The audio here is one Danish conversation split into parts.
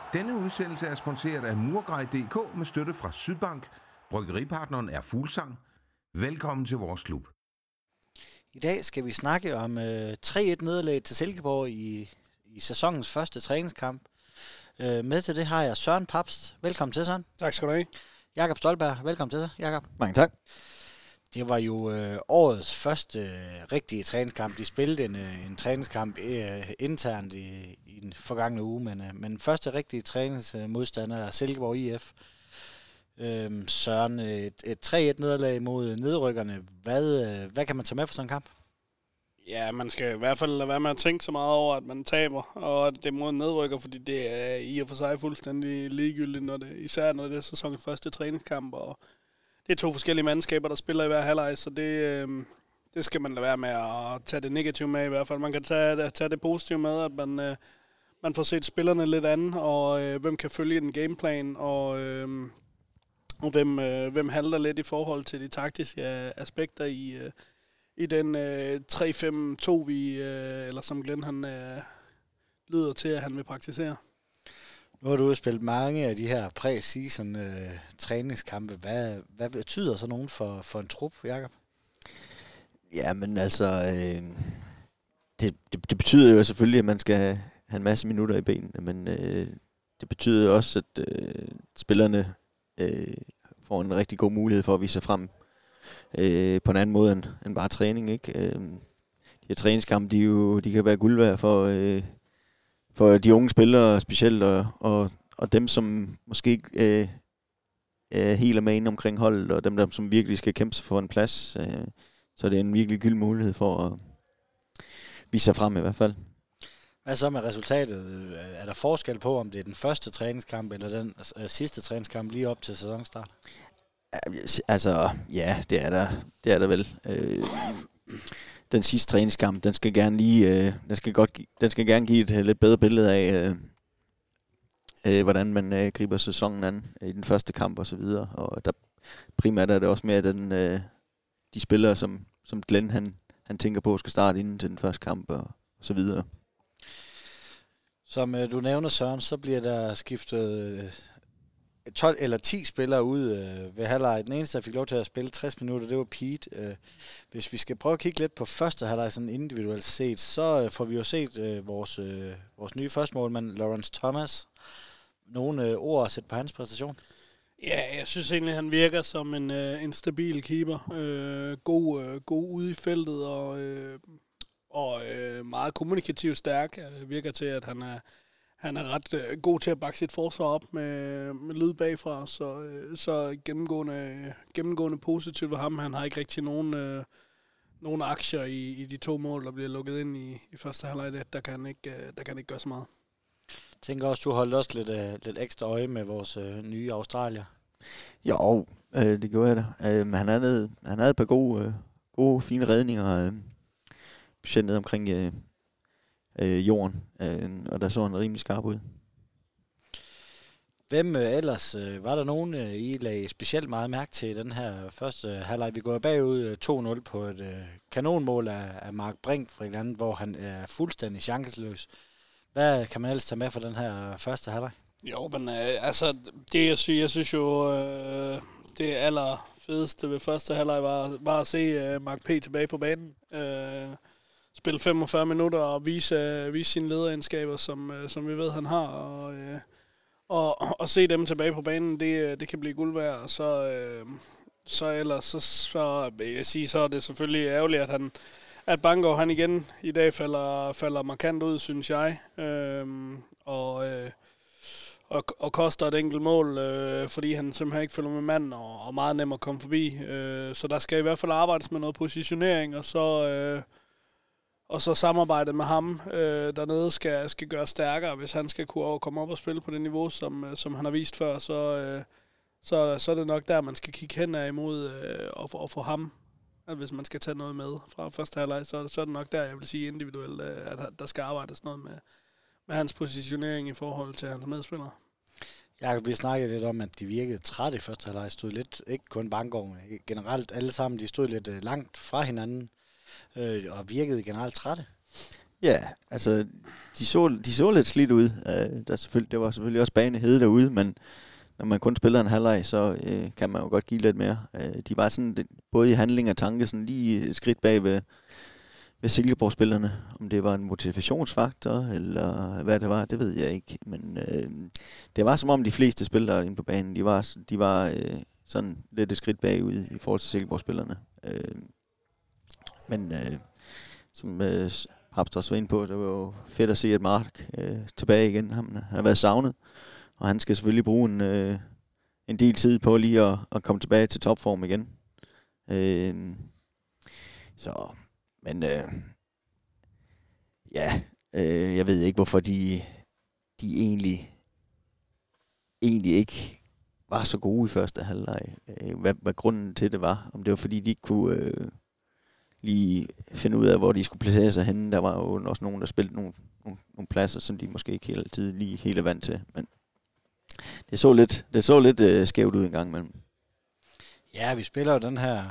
Denne udsendelse er sponsoreret af Murgrej.dk med støtte fra Sydbank. Bryggeripartneren er Fuglsang. Velkommen til vores klub. I dag skal vi snakke om 3-1 nederlag til Silkeborg i sæsonens første træningskamp. Med til det har jeg Søren Papst. Velkommen til, Søren. Tak skal du have. Jakob Stolberg. Velkommen til, Jakob. Mange tak. Det var jo årets første rigtige træningskamp. De spillede en træningskamp internt i den forgangne uge, men første rigtige træningsmodstander er Silkeborg IF. Søren, et 3-1 nederlag mod nedrykkerne. Hvad kan man tage med for sådan en kamp? Ja, man skal i hvert fald lade være med at tænke så meget over, at man taber, og at det er mod nedrykker, fordi det er i og for sig fuldstændig ligegyldigt, især når det er sæsonens første træningskamp, og det er to forskellige mandskaber, der spiller i hver halvleg, så det skal man lade være med at tage det negative med i hvert fald. Man kan tage det positive med, at man får set spillerne lidt an, og hvem kan følge en gameplan, og hvem handler lidt i forhold til de taktiske aspekter i den 3-5-2, eller som Glenn han lyder til, at han vil praktisere. Nu har du spillet mange af de her præ-season træningskampe. Hvad betyder så nogen for en trup, Jakob? Ja, men altså, det betyder jo selvfølgelig, at man skal have en masse minutter i benene, men det betyder jo også, at spillerne får en rigtig god mulighed for at vise sig frem på en anden måde end bare træning, ikke? De her træningskampe, de kan være guld værd for de unge spillere specielt, og dem, som måske ikke helt er med inde omkring holdet, og dem, der som virkelig skal kæmpe sig for en plads, så er det en virkelig gyld mulighed for at vise sig frem i hvert fald. Hvad så med resultatet? Er der forskel på, om det er den første træningskamp, eller den sidste træningskamp lige op til sæsonstart? Altså, ja, det er der vel. Den sidste træningskamp, den skal gerne give et lidt bedre billede af, hvordan man griber sæsonen an i den første kamp og så videre. Og der primært er det også mere de spillere, som Glenn han tænker på skal starte inden til den første kamp og så videre. Som du nævner, Søren, så bliver der skiftet 12 eller 10 spillere ud ved halvleg. Den eneste, der fik lov til at spille 60 minutter, det var Pete. Hvis vi skal prøve at kigge lidt på første halvleg sådan individuelt set, så får vi jo set vores nye førstemålmand, Lawrence Thomas. Nogle ord at sætte på hans præstation? Ja, jeg synes egentlig, han virker som en stabil keeper. God ude i feltet og meget kommunikativt stærk. Virker til, at han er ret god til at bakke sit forsvar op med lyd bagfra, så gennemgående positivt ved ham. Han har ikke rigtig nogen aktier i de 2 mål, der bliver lukket ind i første halvleg. Der kan han ikke gøre så meget. Jeg tænker også, du holdt også lidt ekstra øje med vores nye australier. Jo, det gjorde jeg da. Men han havde et par gode fine redninger, specielt ned omkring jorden, og der så han rimelig skarp ud. Hvem ellers? Var der nogen, I lagde specielt meget mærke til den her første halvleg? Vi går bagud 2-0 på et kanonmål af Mark Brink, for eksempel, hvor han er fuldstændig chanceløs. Hvad kan man ellers tage med for den her første halvleg? Jo, men altså, det jeg synes jo, det allerfedeste ved første halvleg var at se Mark P. tilbage på banen. Spille 45 minutter og vise sine lederegenskaber, som vi ved, han har. Og se dem tilbage på banen, det kan blive guld værd. Og så ellers, så vil jeg sige, så er det selvfølgelig ærgerligt, at Bangor han igen i dag falder markant ud, synes jeg. Og koster et enkelt mål, fordi han simpelthen ikke følger med mand, og meget nem at komme forbi. Så der skal i hvert fald arbejdes med noget positionering, og så samarbejdet med ham dernede skal gøre stærkere, hvis han skal kunne komme op og spille på det niveau, som han har vist før. Så er det nok der, man skal kigge hen af imod og få ham. At hvis man skal tage noget med fra første halvleg, så er det nok der, jeg vil sige individuelt, at der skal arbejdes noget med hans positionering i forhold til hans medspillere. Jakob, vi snakkede lidt om, at de virkede trætte i første halvleg. Stod lidt, ikke kun Bangor, generelt alle sammen, de stod lidt langt fra hinanden og virkede generelt trætte. Ja, altså, de så lidt slidt ud. Det var selvfølgelig også banehede derude, men når man kun spiller en halvleg, så kan man jo godt give lidt mere. De var sådan, både i handling og tanke, sådan lige et skridt bag ved Silkeborg-spillerne. Om det var en motivationsfaktor, eller hvad det var, det ved jeg ikke. Men det var som om de fleste spillere inde på banen, de var sådan lidt et skridt bagud i forhold til Silkeborg-spillerne. Men som Hapst også var inde på, det var jo fedt at se, at Mark tilbage igen. Han har været savnet, og han skal selvfølgelig bruge en del tid på lige at komme tilbage til topform igen. Men jeg ved ikke, hvorfor de egentlig ikke var så gode i første halvleg. Hvad grunden til det var. Om det var, fordi de ikke kunne lige finde ud af, hvor de skulle placere sig henne. Der var jo også nogen, der spillede nogle pladser, som de måske ikke altid lige helt er vant til. Men det så lidt skævt ud en gang imellem. Ja, vi spiller jo den her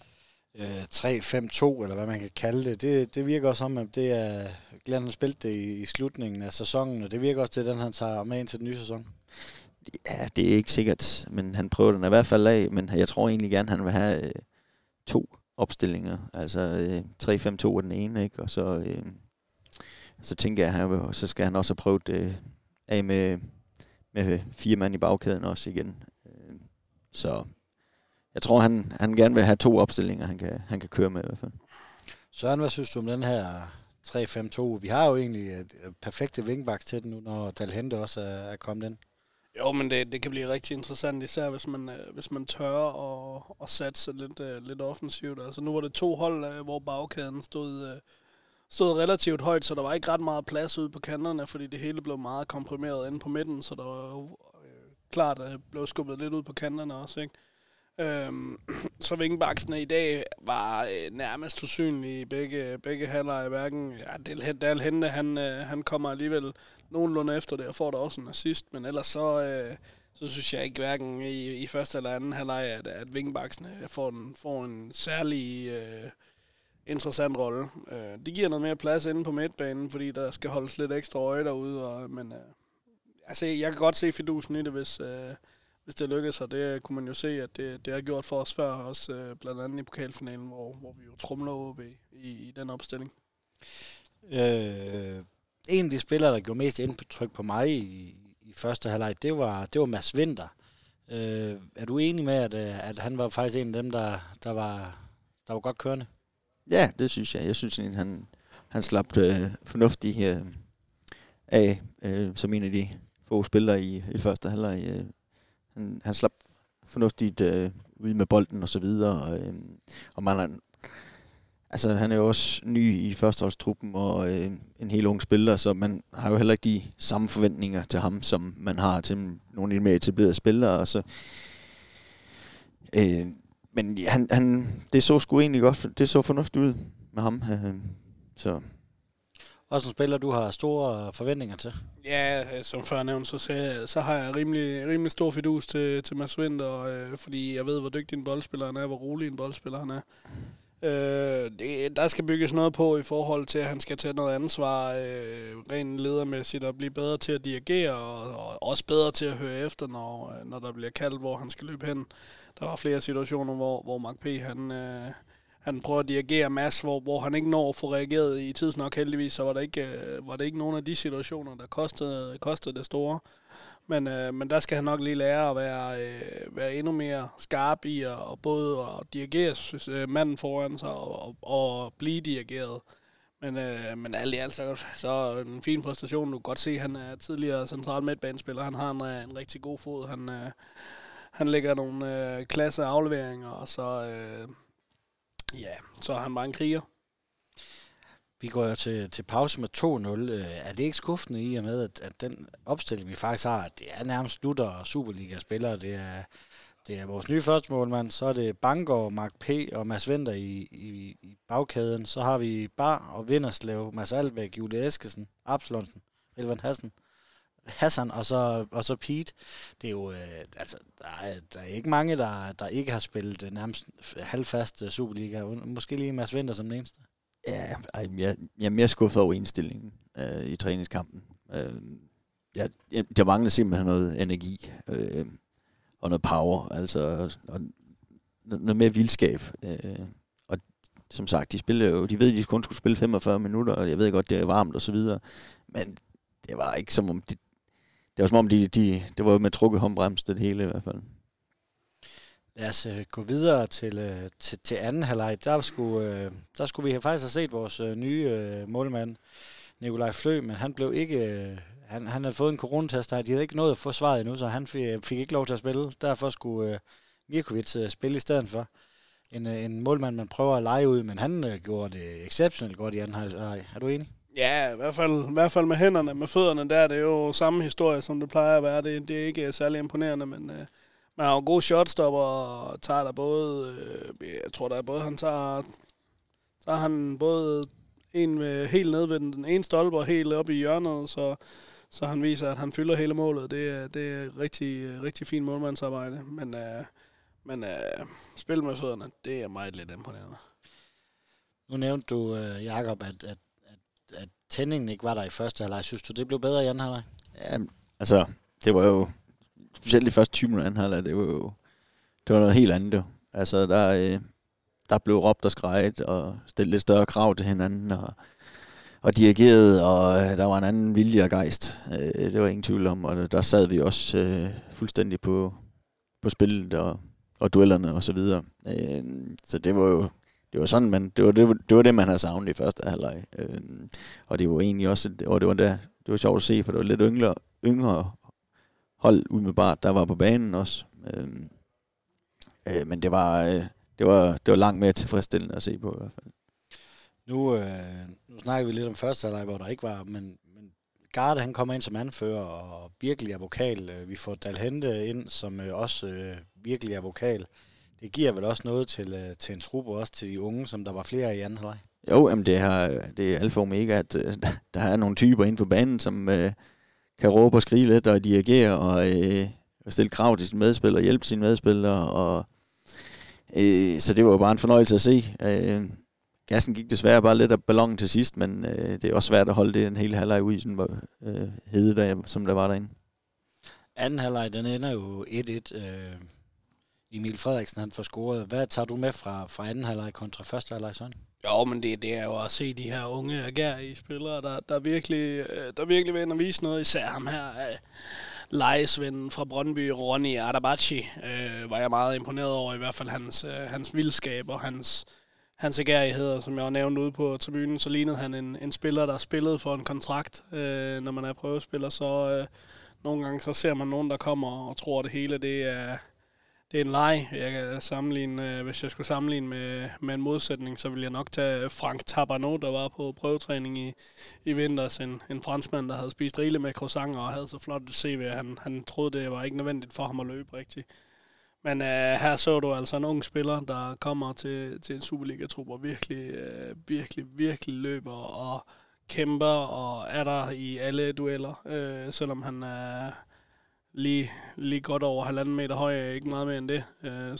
3-5-2, eller hvad man kan kalde det. Det virker også som, at det er Glenn har spillet det i slutningen af sæsonen, og det virker også til, at den han tager med ind til den nye sæson. Ja, det er ikke sikkert, men han prøver den i hvert fald af, men jeg tror egentlig gerne, han vil have 2 opstillinger. Altså 3-5-2 er den ene, ikke? Og så tænker jeg, så skal han også have prøvet det af med 4 mand i bagkæden også igen. Så jeg tror, han gerne vil have 2 opstillinger, han kan køre med i hvert fald. Søren, hvad synes du om den her 3-5-2? Vi har jo egentlig et perfekte wingbacks til den nu, når Dalhente også er kommet ind. Jo, men det kan blive rigtig interessant, især hvis man tør at satse lidt offensivt. Altså nu var det 2 hold, hvor bagkæden stod relativt højt, så der var ikke ret meget plads ude på kanterne, fordi det hele blev meget komprimeret inde på midten, så der var jo klart, at det blev skubbet lidt ud på kanterne også, ikke? Så wingbacksene i dag var nærmest usynlige i begge halvleje. Hverken Dalhente, han kommer alligevel nogenlunde efter det og får der også en assist, men ellers så synes jeg ikke hverken i første eller anden halvleje, at wingbacksene får en særlig interessant rolle. De giver noget mere plads inde på midtbanen, fordi der skal holdes lidt ekstra øje derude, men altså jeg kan godt se fidusen i det, hvis det lykkes, og det kunne man jo se, at det har gjort for os før, også blandt andet i pokalfinalen, hvor vi jo trumler OB i den opstilling. En af de spillere, der gjorde mest indtryk på mig i første halvleg, det var Mads Winther. Er du enig med, at han var faktisk en af dem, der var godt kørende? Ja, det synes jeg. Jeg synes, at han slap fornuftigt af som en af de få spillere i første halvleg. Han slap fornuftigt ud med bolden og så videre, og altså han er jo også ny i førsteholdstruppen og en helt ung spiller, så man har jo heller ikke de samme forventninger til ham, som man har til nogle lidt mere etablerede spillere. Og så, men det så sgu egentlig godt, det så fornuftigt ud med ham. Så. Også en spiller, du har store forventninger til? Ja, som før nævnt, så har jeg rimelig stor fidus til Mads Winther, fordi jeg ved, hvor dygtig en boldspiller han er, hvor rolig en boldspiller han er. Der skal bygges noget på i forhold til, at han skal tage noget ansvar rent ledermæssigt og blive bedre til at dirigere, og også bedre til at høre efter, når der bliver kaldt, hvor han skal løbe hen. Der var flere situationer, hvor Mark P. Han prøver at dirigere Mads, hvor han ikke når at få reageret i tidsnok. Heldigvis så var det ikke nogen af de situationer, der kostede det store. Men der skal han nok lige lære at være endnu mere skarp i at både at dirigere manden foran sig og blive dirigeret. Men alt i alt så en fin præstation. Du kan godt se, at han er tidligere central midtbanespiller. Han har en rigtig god fod. Han lægger nogle klasse afleveringer, og så er han bare en kriger. Vi går jo til pause med 2-0. Er det ikke skuffende i og med, at den opstilling, vi faktisk har, at det er nærmest slutter og Superliga-spillere, det er vores nye førstemålmand, så er det Bangor, Mark P. og Mads Winther i bagkæden. Så har vi Bar og Vinderslev, Mads Albeck, Julie Eskesen, Absalonsen, Elvan Hassan og så Pete. Det er jo, der er ikke mange, der ikke har spillet nærmest halvfast Superliga. Måske lige Mads Winther som den eneste. Ja, jeg er mere skuffet over indstillingen i træningskampen. Der manglede simpelthen noget energi og noget power, altså og noget mere vildskab. Og som sagt, de ved, at de kun skulle spille 45 minutter, og jeg ved godt, det er varmt og så videre, men det var ikke som om det var med trukket håndbremse det hele i hvert fald. Lad os gå videre til anden halvleg. Der skulle vi faktisk have set vores nye målmand, Nikolaj Flø, men han blev ikke... Han havde fået en coronatest, og de havde ikke nået at få svaret endnu, så han fik ikke lov til at spille. Derfor skulle Mirkovic spille i stedet for. En målmand, man prøver at lege ud, men han gjorde det exceptionelt godt i anden halvleg. Er du enig? Ja, i hvert fald med hænderne, med fødderne, der er det jo samme historie, som det plejer at være. Det er ikke særlig imponerende, men man har jo gode shotstopper, og tager der både, jeg tror der er både, han tager han både en helt ned ved den ene stolpe og helt op i hjørnet, så han viser, at han fylder hele målet. Det er rigtig, rigtig fint målmandsarbejde, men spil med fødderne, det er meget lidt imponerende. Nu nævnte du, Jakob, at tændingen ikke var der i første halvleg. Synes du, det blev bedre i anden halvleg? Ja, altså, det var jo, specielt de første 20 minutter anden halvleg, det var noget helt andet jo. Altså, der blev råbt og skreget, og stillet lidt større krav til hinanden, og dirigeret, og der var en anden vilje og gejst. Det var ingen tvivl om, og der sad vi også fuldstændig på spillet, og duellerne og så videre. Så det var sådan, det var det, man havde savnet i første halvleg. Og det var egentlig også, og det var sjovt at se, for det var lidt yngre hold umiddelbart, der var på banen også. Men det var langt mere tilfredsstillende at se på i hvert fald. Nu snakker vi lidt om første halvleg, hvor der ikke var, men Garde, han kommer ind som anfører og virkelig er vokal. Vi får Dalhente ind, som også virkelig er vokal. Det giver vel også noget til en trup, og også til de unge, som der var flere i anden halvleg. Jo, jamen det er alfa og omega, at der er nogle typer inde på banen, som kan råbe og skrige lidt og dirigere og stille krav til sine medspillere og hjælpe sine medspillere. Så det var jo bare en fornøjelse at se. Gassen gik desværre bare lidt af ballonen til sidst, men det er også svært at holde det en hel halvleg ud i sådan hede, som der var derinde. Anden halvleg, den ender jo 1-1. Emil Frederiksen, han får scoret. Hvad tager du med fra anden halvleg kontra første halvleg sådan? Jo, men det er jo at se de her unge agerige spillere, der virkelig vil ind og vise noget. Især ham her, lejesvennen fra Brøndby, Ronny Adabachi, var jeg meget imponeret over. I hvert fald hans vildskab og hans agerighed, som jeg har nævnt ude på tribunen, så lignede han en spiller, der spillede for en kontrakt, når man er prøvespiller. Så nogle gange så ser man nogen, der kommer og tror, det hele det er en leg. Jeg kan sammenligne, hvis jeg skulle sammenligne med en modsætning, så ville jeg nok tage Frank Tabarneau, der var på prøvetræning i vinters. En franskmand, der havde spist rigeligt med croissanter og havde så flot et CV, at han troede, det var ikke nødvendigt for ham at løbe rigtigt. Men her så du altså en ung spiller, der kommer til en Superliga-trup og virkelig løber og kæmper og er der i alle dueller, selvom han er lige godt over 1,5 meter høj, ikke meget mere end det,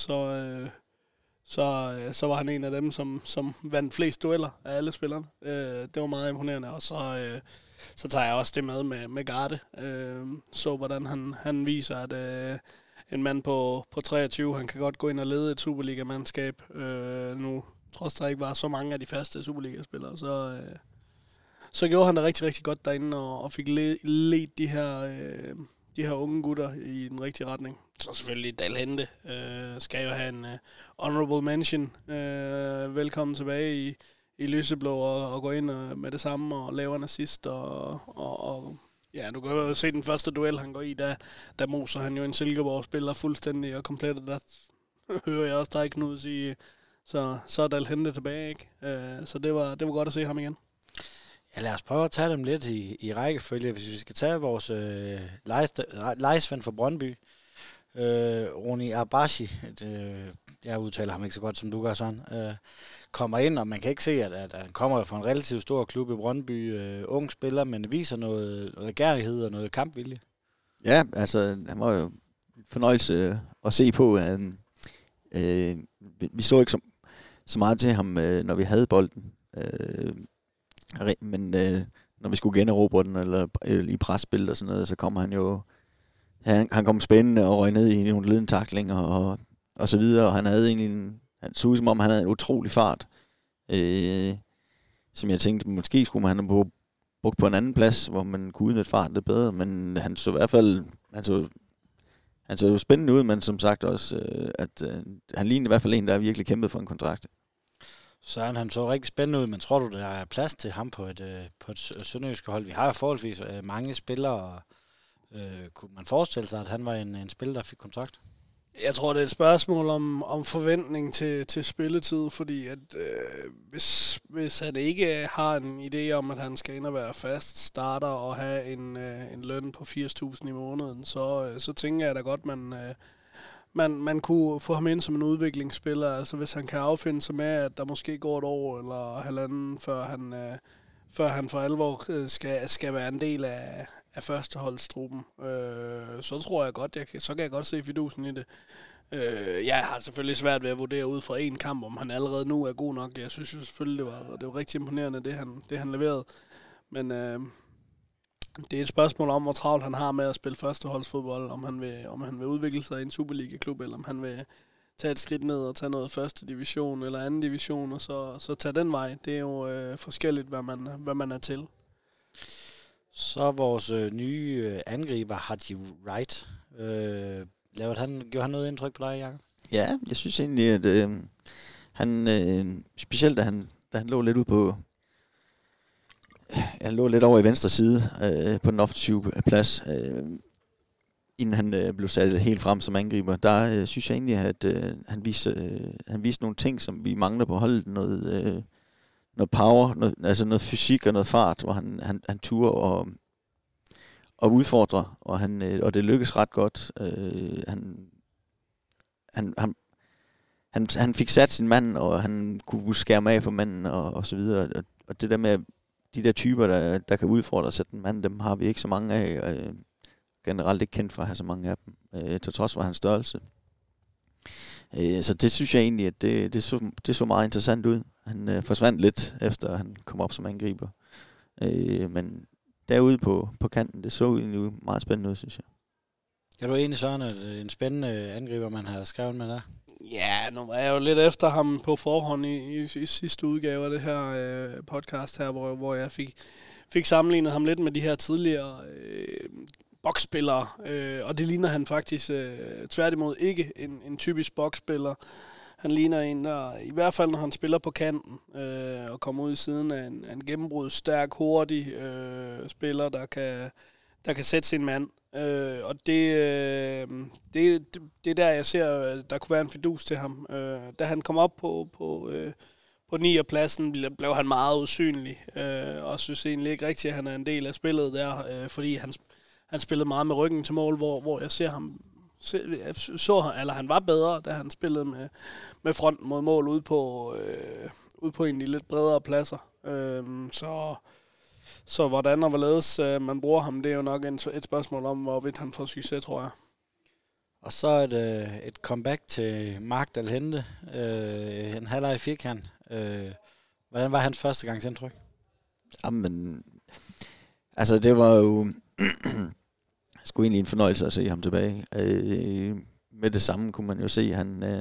så var han en af dem, som vandt flest dueller af alle spillerne. Det var meget imponerende, og så tager jeg også det med Garde. Så hvordan han viser, at en mand på 23, han kan godt gå ind og lede et Superliga-mandskab. Nu trods der ikke var så mange af de faste Superliga-spillere, så gjorde han det rigtig, rigtig godt derinde, og fik ledt de her unge gutter i den rigtige retning. Så selvfølgelig Dalhente skal jo have en honorable mention. Velkommen tilbage i lyseblå og gå ind med det samme og lave en assist. Og ja, du kan jo se den første duel, han går i, der moser han jo en Silkeborg-spiller fuldstændig og komplet. Der hører jeg også dig, Knud, sige, så er Dalhente tilbage, ikke? Så det var godt at se ham igen. Ja, lad os prøve at tage dem lidt i rækkefølge. Hvis vi skal tage vores lejesvend fra Brøndby, Ronny Abashi, jeg udtaler ham ikke så godt, som du gør sådan, kommer ind, og man kan ikke se, at han kommer fra en relativt stor klub i Brøndby, ung spiller, men viser noget gærlighed og noget kampvilje. Ja, altså, han var jo fornøjelse at se på. Vi så ikke så meget til ham, når vi havde bolden. Men når vi skulle generobre den, eller i presspil og sådan noget, så kommer han jo... Han kom spændende og røg ned i nogle ledende tacklinger og så videre, og han havde egentlig han så ud som om, han havde en utrolig fart, som jeg tænkte, måske skulle han have brugt på en anden plads, hvor man kunne udnytte farten lidt bedre, men han så i hvert fald, han så spændende ud, men som sagt også, at han lignede i hvert fald en, der har virkelig kæmpet for en kontrakt. Søren, han så rigtig spændende ud, men tror du, der er plads til ham på et sønderjyske hold? Vi har jo forholdsvis mange spillere. Kunne man forestille sig, at han var en spiller, der fik kontrakt? Jeg tror, det er et spørgsmål om forventning til spilletid, fordi at hvis han ikke har en idé om, at han skal ind og være fast starter og have en løn på 80.000 i måneden, så tænker jeg da godt, man kunne få ham ind som en udviklingsspiller. Altså hvis han kan affinde sig med, at der måske går et år eller halvanden, før han for alvor skal være en del af førsteholdstruppen, så tror jeg godt, så kan jeg godt se fidusen i det. Jeg har selvfølgelig svært ved at vurdere ud fra en kamp, om han allerede nu er god nok. Jeg synes jo selvfølgelig, det var rigtig imponerende, det han leverede. Men det er et spørgsmål om, hvor travlt han har med at spille førsteholdsfodbold, om han vil udvikle sig i en Superliga-klub, eller om han vil tage et skridt ned og tage noget første division eller anden division, og så tage den vej. Det er jo forskelligt, hvad man er til. Så vores nye angriber, Haji Wright. Gjorde han noget indtryk på dig, Jacob? Ja, jeg synes egentlig, at han, specielt da han lå lidt ud på, han lå lidt over i venstre side på den offensive plads, inden han blev sat helt frem som angriber, der synes jeg egentlig, at han viste nogle ting, som vi mangler på holdet, noget power, noget fysik og noget fart, hvor han turde og udfordre, og det lykkes ret godt. Han fik sat sin mand, og han kunne skærme af for manden og så videre. Og det der med de der typer, der kan udfordre og sætte en mand, dem har vi ikke så mange af. Generelt ikke kendt for at have så mange af dem, til trods for hans størrelse. Så det synes jeg egentlig, at det så meget interessant ud. Han forsvandt lidt, efter han kom op som angriber. Men derude på kanten, det så egentlig meget spændende ud, synes jeg. Er du enig, Søren, at en spændende angriber, man har skrevet med der? Ja, nu var jeg jo lidt efter ham på forhånd i sidste udgave af det her podcast her, hvor jeg fik sammenlignet ham lidt med de her tidligere boksspillere, og det ligner han faktisk tværtimod ikke en typisk boksspiller. Han ligner en, der i hvert fald, når han spiller på kanten og kommer ud i siden af en gennembrud, stærk, hurtig spiller, der kan sætte sin mand. Og det er der, jeg ser, der kunne være en fidus til ham. Da han kom op på 9. pladsen, blev han meget usynlig, og synes egentlig ikke rigtigt, at han er en del af spillet der, fordi han spillede meget med ryggen til mål, hvor jeg ser ham, eller han var bedre, da han spillede med fronten mod mål ude på egentlig lidt bredere pladser. Så hvordan og hvorledes man bruger ham, det er jo nok et spørgsmål om, hvorvidt han får succes, tror jeg. Og så et comeback til Mark Dalhente, en halvleg firkant. Hvordan var hans første gangs indtryk? Jamen, altså det var jo sgu egentlig en fornøjelse at se ham tilbage. Med det samme kunne man jo se,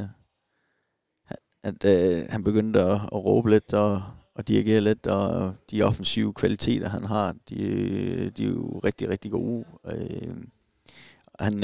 at han begyndte at råbe lidt og dirigere lidt, og de offensive kvaliteter, han har, de er jo rigtig, rigtig gode. Han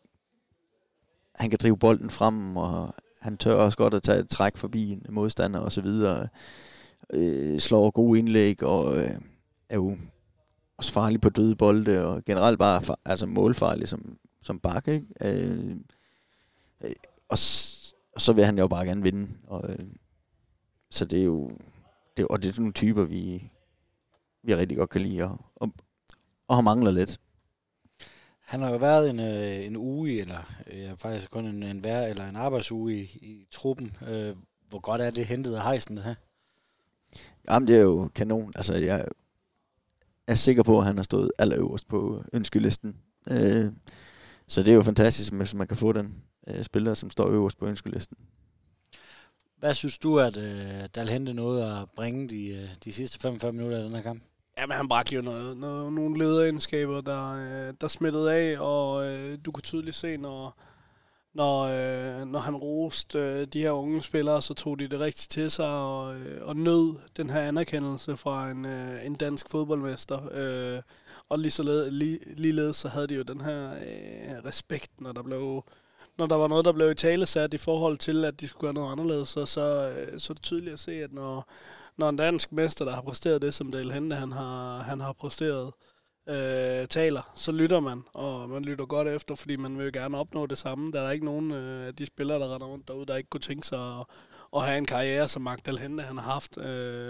kan drive bolden frem, og han tør også godt at tage et træk forbi en modstander og så videre. Slår gode indlæg, og er jo også farlig på døde bolde, og generelt bare målfarlig som bak, ikke? Og så vil han jo bare gerne vinde. Så det er jo og det er nogle typer, vi rigtig godt kan lide, og har mangler lidt. Han har jo været en uge, eller faktisk kun en arbejdsuge i truppen. Hvor godt er det hentet af Heisen, det her? Jamen, det er jo kanon. Altså, jeg er sikker på, at han har stået allerøverst på ønskelisten. Så det er jo fantastisk, hvis man kan få den spiller, som står øverst på ønskelisten. Hvad synes du, at Dalhente nåede at bringe de sidste 45 minutter af den her kamp? Jamen, han bragte jo nogle lederegenskaber, der smittede af, og du kunne tydeligt se, når han roste de her unge spillere, så tog de det rigtigt til sig, og nød den her anerkendelse fra en dansk fodboldmester. Og ligeledes så havde de jo den her respekt, når der var noget, der blev italesat i forhold til, at de skulle gøre noget anderledes, så er det tydeligt at se, at når en dansk mester, der har præsteret det, som Dalhente han har præsteret, taler, så lytter man, og man lytter godt efter, fordi man vil jo gerne opnå det samme. Der er ikke nogen af de spillere, der render rundt derude, der ikke kunne tænke sig at have en karriere, som Mark Dalhente han har haft.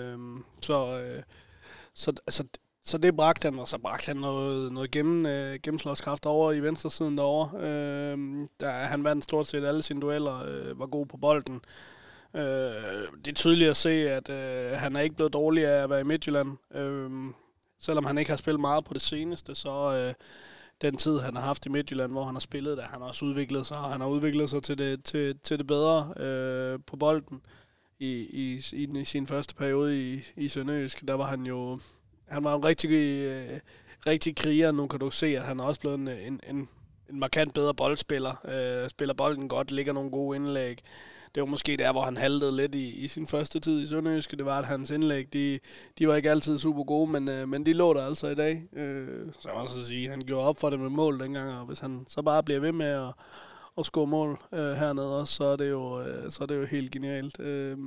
Så det bragte han, og så bragte han noget gennemslagskraft over i venstre siden derovre. Han vandt stort set alle sine dueller, var god på bolden. Det er tydeligt at se, at han er ikke blevet dårlig af at være i Midtjylland. Selvom han ikke har spillet meget på det seneste, så den tid, han har haft i Midtjylland, hvor han har spillet, der han har også udviklet sig, og han har udviklet sig til det bedre på bolden i sin første periode i Sønderjysk. Der var han jo en rigtig kriger. Nu kan du se, at han er også blevet en markant bedre boldspiller. Spiller bolden godt, ligger nogle gode indlæg. Det var måske der, hvor han haltede lidt i sin første tid i Sønderjyske. Det var, at hans indlæg, de var ikke altid super gode, men de lå der altså i dag. Så jeg må også sige, han gjorde op for det med mål dengang, og hvis han så bare bliver ved med at score mål hernede også, så er det jo helt genialt.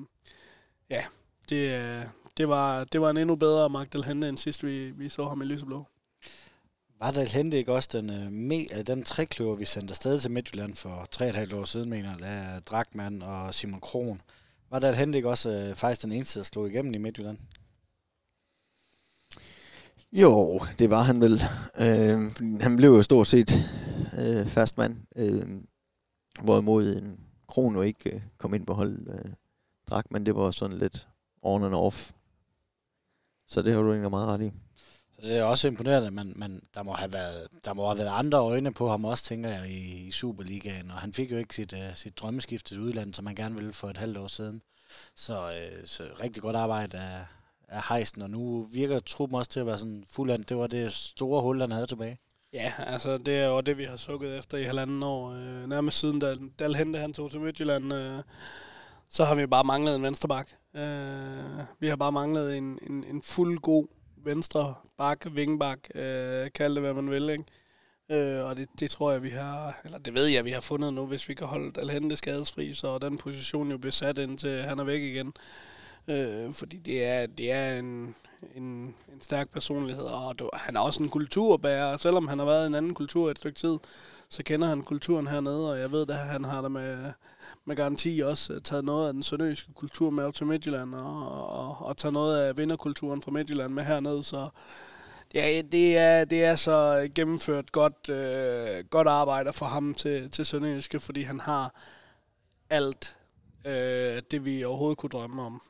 Det var en endnu bedre Mark Dalhente end sidst, vi så ham i lyseblå. Var Dalhente ikke også den trekløver, vi sendte afsted til Midtjylland for 3,5 år siden, mener jeg, Drachmann og Simon Krohn? Var Dalhente ikke også faktisk den eneste, der slog igennem i Midtjylland? Jo, det var han vel. Han blev jo stort set fastmand, hvorimod en Krohn jo ikke kom ind på holdet. Drachmann, det var sådan lidt on and off. Så det har du egentlig meget ret i. Så det er også imponerende, at der må have været andre øjne på ham også, tænker jeg, i Superligaen. Og han fik jo ikke sit drømmeskift til udlandet, som han gerne ville for et halvt år siden. Så rigtig godt arbejde af Heisen, og nu virker truppen også til at være sådan fuldendt. Det var det store hul, han havde tilbage. Ja, altså det er jo det, vi har sukket efter i 1,5 år. Nærmest siden Dalhente han tog til Midtjylland, så har vi bare manglet en venstreback. Vi har bare manglet en fuld god venstre bak, vingbak, kald det hvad man vil, ikke? Og det tror jeg, vi har, eller det ved jeg, vi har fundet nu, hvis vi kan holde Dalhente skadesfri, så den position jo besat indtil han er væk igen. Fordi det er en stærk personlighed, og han er også en kulturbærer. Selvom han har været i en anden kultur et stykke tid, så kender han kulturen hernede, og jeg ved, at han har der med garanti også taget noget af den sønderjyske kultur med op til Midtjylland, og taget noget af vinderkulturen fra Midtjylland med hernede, så ja, det er så gennemført godt arbejde for ham til Sønderjyske, fordi han har alt det, vi overhovedet kunne drømme om,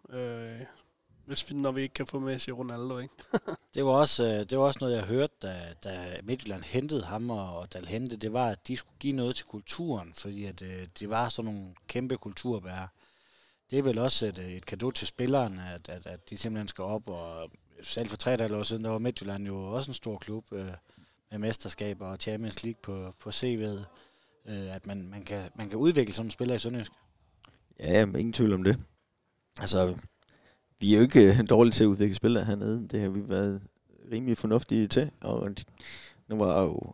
når vi ikke kan få Messi og Ronaldo, ikke? Det var også noget, jeg hørte, da Midtjylland hentede ham og Dalhente. Det var, at de skulle give noget til kulturen, fordi at det var sådan nogle kæmpe kulturbærere. Det er vel også et cadeau til spilleren, at de simpelthen skal op, og selv for 3,5 år siden, der var Midtjylland jo også en stor klub med mesterskaber og Champions League på CV'et. At man kan udvikle sådan en spiller i Sønderjysk. Ja, ingen tvivl om det. Altså, vi er jo ikke dårlige til at udvikle spillere hernede. Det har vi været rimelig fornuftige til. Og nu var jo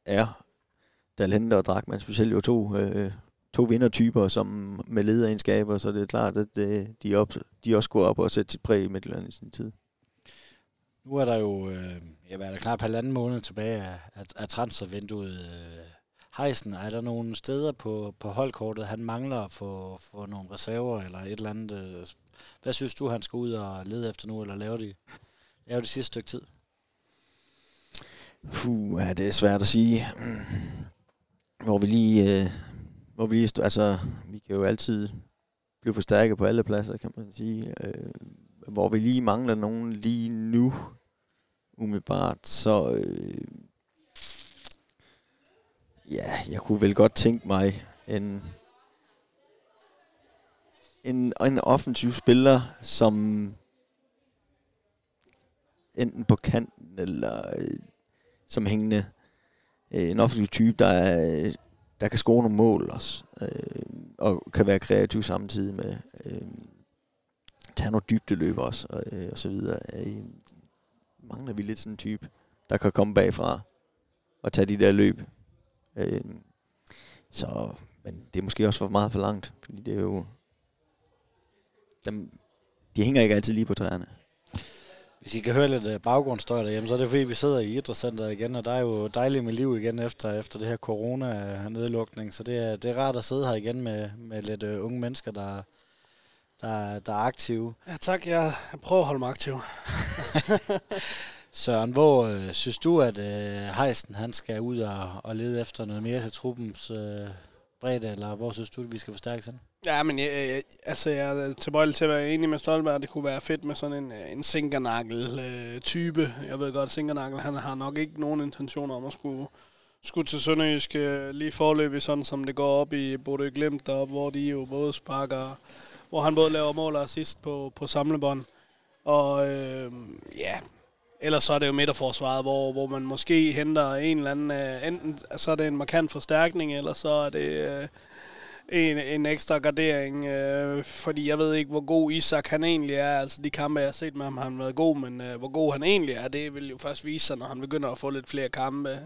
Dalhente og Drachmann specielt jo to vindertyper, som med lederegenskaber, så det er klart, at de også går op og sætter sit præg i Midtjylland i sin tid. Nu er der jo hvad er der knap 1,5 måned tilbage af transfervinduet. Heisen, er der nogle steder på holdkortet, han mangler for nogle reserver eller et eller andet? Hvad synes du, han skal ud og lede efter nu, eller lave det sidste stykke tid? Ja, det er svært at sige. Altså, vi kan jo altid blive forstærket på alle pladser, kan man sige. Hvor vi lige mangler nogen lige nu, umiddelbart, så jeg kunne vel godt tænke mig en offensiv spiller, som enten på kanten eller som hængende. En offensiv type, der kan score nogle mål også, og kan være kreativ samtidig med tage nogle dybdeløb også, og så videre. Mangler vi lidt sådan en type, der kan komme bagfra og tage de der løb. Men det er måske også for meget for langt, fordi det er jo de hænger ikke altid lige på træerne. Hvis I kan høre lidt baggrundsstøj derhjemme, så er det fordi, vi sidder i idrætscenteret igen, og der er jo dejligt med liv igen efter det her corona-nedlukning, så det er rart at sidde her igen med lidt unge mennesker, der er aktive. Ja tak, jeg prøver at holde mig aktiv. Søren, hvor synes du, at Heisen han skal ud og lede efter noget mere til truppens bredde, eller hvor synes du, at vi skal forstærke sådan? Ja, men jeg er tilbøjelig til at være enig med Stolberg. Det kunne være fedt med sådan en Sinkernagel-type. Jeg ved godt, at Sinkernagel han har nok ikke nogen intentioner om at skulle til Sønderjysk lige forløbig, sådan som det går op i Bodø Glimt deroppe, hvor de jo både sparker, hvor han både laver mål og assist på samlebånd. Og ellers så er det jo midterforsvaret, hvor man måske henter en eller anden, enten så er det en markant forstærkning, eller så er det en ekstra gardering, fordi jeg ved ikke, hvor god Isak han egentlig er. Altså de kampe, jeg har set med ham, har han været god, men hvor god han egentlig er, det vil jo først vise sig, når han begynder at få lidt flere kampe.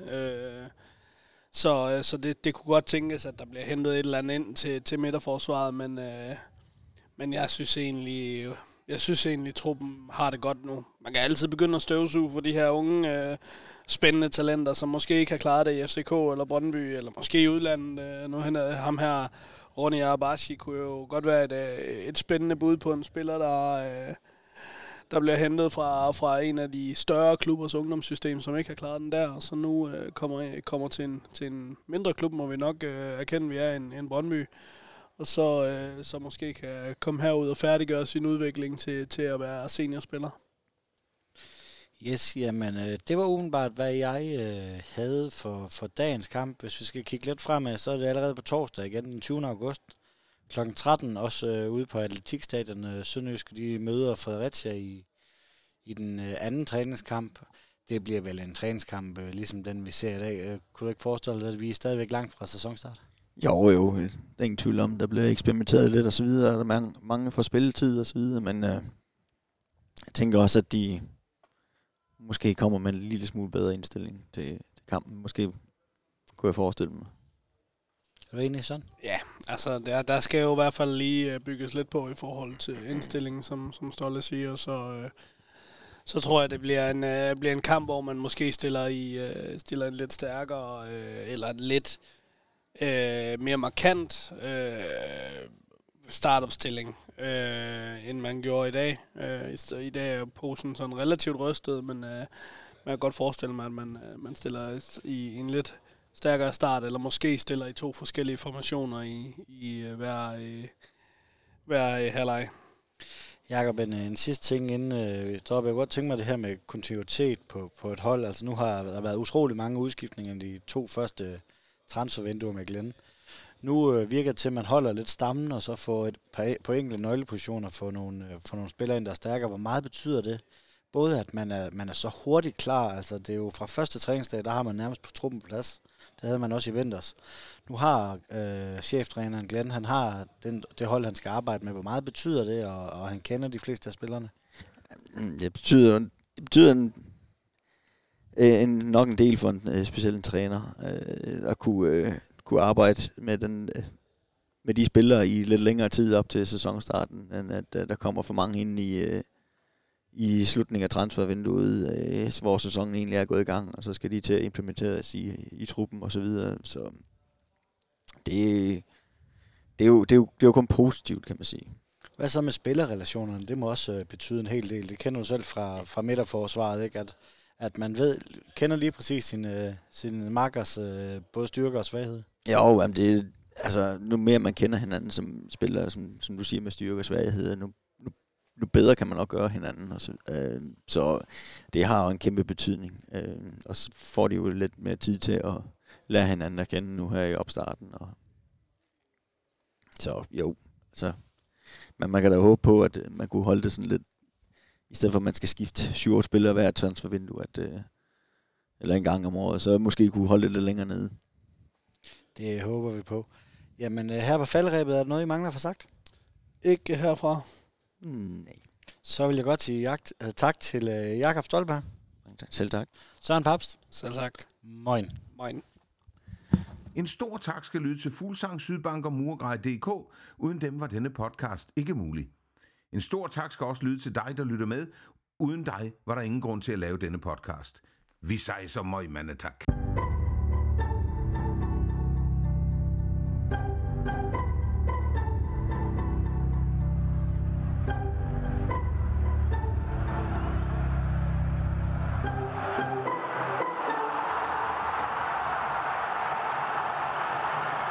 Så det kunne godt tænkes, at der bliver hentet et eller andet ind til midterforsvaret, men jeg synes egentlig, truppen har det godt nu. Man kan altid begynde at støvsuge for de her unge, spændende talenter, som måske ikke har klaret det i FCK eller Brøndby, eller måske i udlandet. Nu ham her, Ronny Arabashi, kunne jo godt være et spændende bud på en spiller, der bliver hentet fra en af de større klubbers ungdomssystem, som ikke har klaret den der, og så nu kommer til en mindre klub, må vi nok erkende, vi er en Brøndby. Og så måske kan komme herud og færdiggøre sin udvikling til at være seniorspiller. Yes, jamen det var udenbart, hvad jeg havde for dagens kamp. Hvis vi skal kigge lidt fremad, så er det allerede på torsdag igen, den 20. august kl. 13, også ude på Atletikstadion. Sønderjyske, de møder Fredericia i den anden træningskamp. Det bliver vel en træningskamp, ligesom den vi ser i dag. Kunne du ikke forestille dig, at vi er stadigvæk langt fra sæsonstart? Jo, der er ingen tvivl om, der bliver eksperimenteret lidt og så videre, og der er mange får spilletid og så videre, men jeg tænker også, at de måske kommer med en lille smule bedre indstilling til kampen. Måske kunne jeg forestille mig. Er du enig sådan? Ja, altså der skal jo i hvert fald lige bygges lidt på i forhold til indstillingen, som Stolle siger, så tror jeg, det bliver en kamp, hvor man måske stiller en lidt stærkere, eller en lidt mere markant startopstilling, end man gjorde i dag. I dag er posen sådan relativt rystet, men man kan godt forestille mig, at man stiller i en lidt stærkere start, eller måske stiller i 2 forskellige formationer i hver halvleg. Jakob, en sidste ting inden vi stopper. Jeg kunne godt tænke mig det her med kontinuitet på et hold. Altså nu har der været utrolig mange udskiftninger i de 2 første transfervinduer med Glenn. Nu virker det til, at man holder lidt stammen, og så får på enkelte nøglepositioner få nogle spillere ind, der er stærkere. Hvor meget betyder det? Både at man er så hurtigt klar, altså det er jo fra første træningsdag, der har man nærmest på truppen på plads. Det havde man også i vinters. Nu har cheftræneren Glenn, han har det hold, han skal arbejde med. Hvor meget betyder det, og han kender de fleste af spillerne? Det betyder nok en del for specielt en træner at kunne arbejde med de spillere i lidt længere tid op til sæsonstarten, end at der kommer for mange ind i slutningen af transfervinduet, hvor sæsonen egentlig er gået i gang, og så skal de til at implementeres i truppen og så videre. Så det er jo kun positivt, kan man sige. Hvad så med spillerrelationerne? Det må også betyde en hel del. Det kender du selv fra midterforsvaret, ikke? At man kender lige præcis sine makkers både styrker og svaghed. Jo, jamen det altså nu mere man kender hinanden som spillere, som du siger med styrker og svagheder, nu bedre kan man nok gøre hinanden. Så det har jo en kæmpe betydning. Og så får de jo lidt mere tid til at lære hinanden at kende nu her i opstarten. Så jo, altså Men man kan da håbe på, at man kunne holde det sådan lidt, i stedet for at man skal skifte 7-8 spillere hver transfervindue, eller en gang om året, så måske kunne holde det lidt længere nede. Det håber vi på. Jamen, her på faldrebet, er der noget, I mangler for sagt? Ikke herfra. Nej. Så vil jeg godt sige tak til Jakob Stolberg. Selv tak. Søren Papst. Selv tak. Moin. Moin. En stor tak skal lyde til Fuglsang, Sydbank og Murgrej.dk. Uden dem var denne podcast ikke mulig. En stor tak skal også lyde til dig, der lytter med. Uden dig var der ingen grund til at lave denne podcast. Vi sejser møg, mandetak.